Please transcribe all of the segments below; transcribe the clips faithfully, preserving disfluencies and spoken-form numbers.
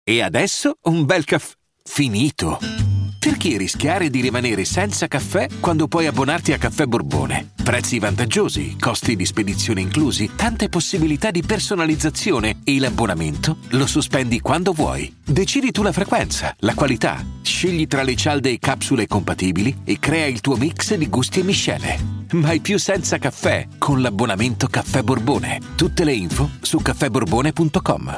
E adesso un bel caffè finito. Perché rischiare di rimanere senza caffè quando puoi abbonarti a Caffè Borbone? Prezzi vantaggiosi, costi di spedizione inclusi, tante possibilità di personalizzazione e l'abbonamento lo sospendi quando vuoi. Decidi tu la frequenza, la qualità, scegli tra le cialde e capsule compatibili e crea il tuo mix di gusti e miscele. Mai più senza caffè con l'abbonamento Caffè Borbone. Tutte le info su caffè borbone punto com.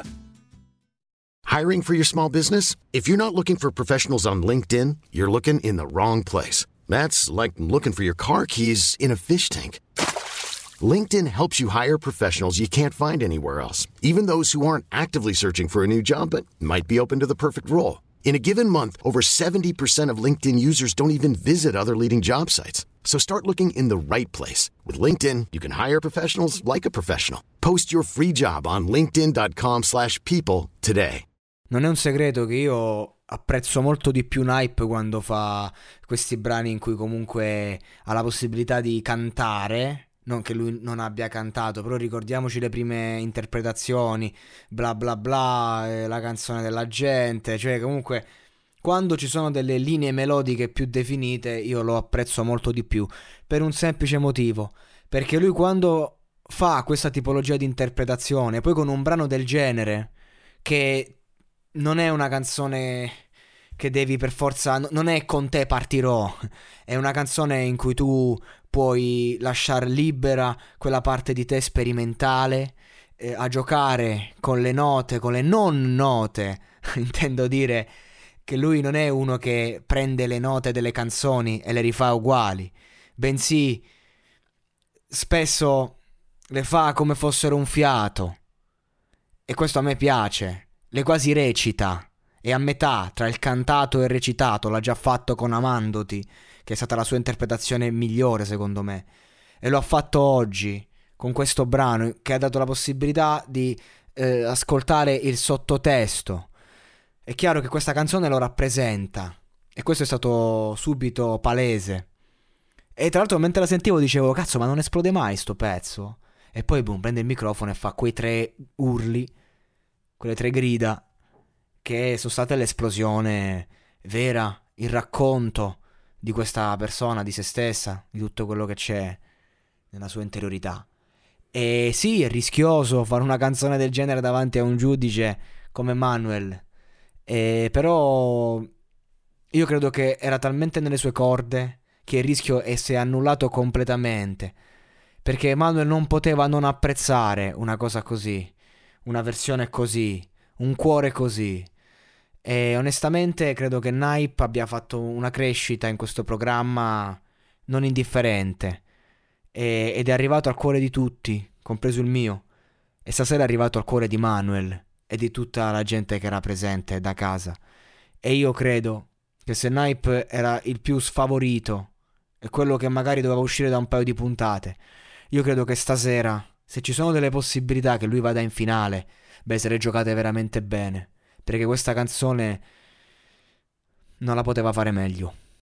Hiring for your small business? If you're not looking for professionals on LinkedIn, you're looking in the wrong place. That's like looking for your car keys in a fish tank. LinkedIn helps you hire professionals you can't find anywhere else, even those who aren't actively searching for a new job but might be open to the perfect role. In a given month, over seventy percent of LinkedIn users don't even visit other leading job sites. So start looking in the right place. With LinkedIn, you can hire professionals like a professional. Post your free job on linkedin dot com slash people today. Non è un segreto che io apprezzo molto di più Nipe quando fa questi brani in cui comunque ha la possibilità di cantare. Non che lui non abbia cantato, però ricordiamoci le prime interpretazioni, bla bla bla, eh, la canzone della gente. Cioè comunque quando ci sono delle linee melodiche più definite io lo apprezzo molto di più, per un semplice motivo, perché lui quando fa questa tipologia di interpretazione, poi con un brano del genere, che non è una canzone che devi per forza, non è Con te partirò, è una canzone in cui tu puoi lasciar libera quella parte di te sperimentale, eh, a giocare con le note, con le non note. Intendo dire che lui non è uno che prende le note delle canzoni e le rifà uguali, bensì spesso le fa come fossero un fiato, e questo a me piace. Le quasi recita, e a metà tra il cantato e il recitato. L'ha già fatto con Amandoti, che è stata la sua interpretazione migliore secondo me, e lo ha fatto oggi con questo brano che ha dato la possibilità di eh, ascoltare il sottotesto. È chiaro che questa canzone lo rappresenta, e questo è stato subito palese. E tra l'altro mentre la sentivo dicevo, cazzo, ma non esplode mai sto pezzo? E poi boom, prende il microfono e fa quei tre urli, quelle tre grida che sono state l'esplosione vera, il racconto di questa persona, di se stessa, di tutto quello che c'è nella sua interiorità. E sì, è rischioso fare una canzone del genere davanti a un giudice come Manuel, e però io credo che era talmente nelle sue corde che il rischio è si è annullato completamente, perché Manuel non poteva non apprezzare una cosa così, una versione così, un cuore così. E onestamente credo che Nipe abbia fatto una crescita in questo programma non indifferente, e, ed è arrivato al cuore di tutti, compreso il mio, e stasera è arrivato al cuore di Manuel e di tutta la gente che era presente da casa. E io credo che se Nipe era il più sfavorito e quello che magari doveva uscire da un paio di puntate, io credo che stasera, se ci sono delle possibilità che lui vada in finale, beh, se le giocate veramente bene, perché questa canzone non la poteva fare meglio.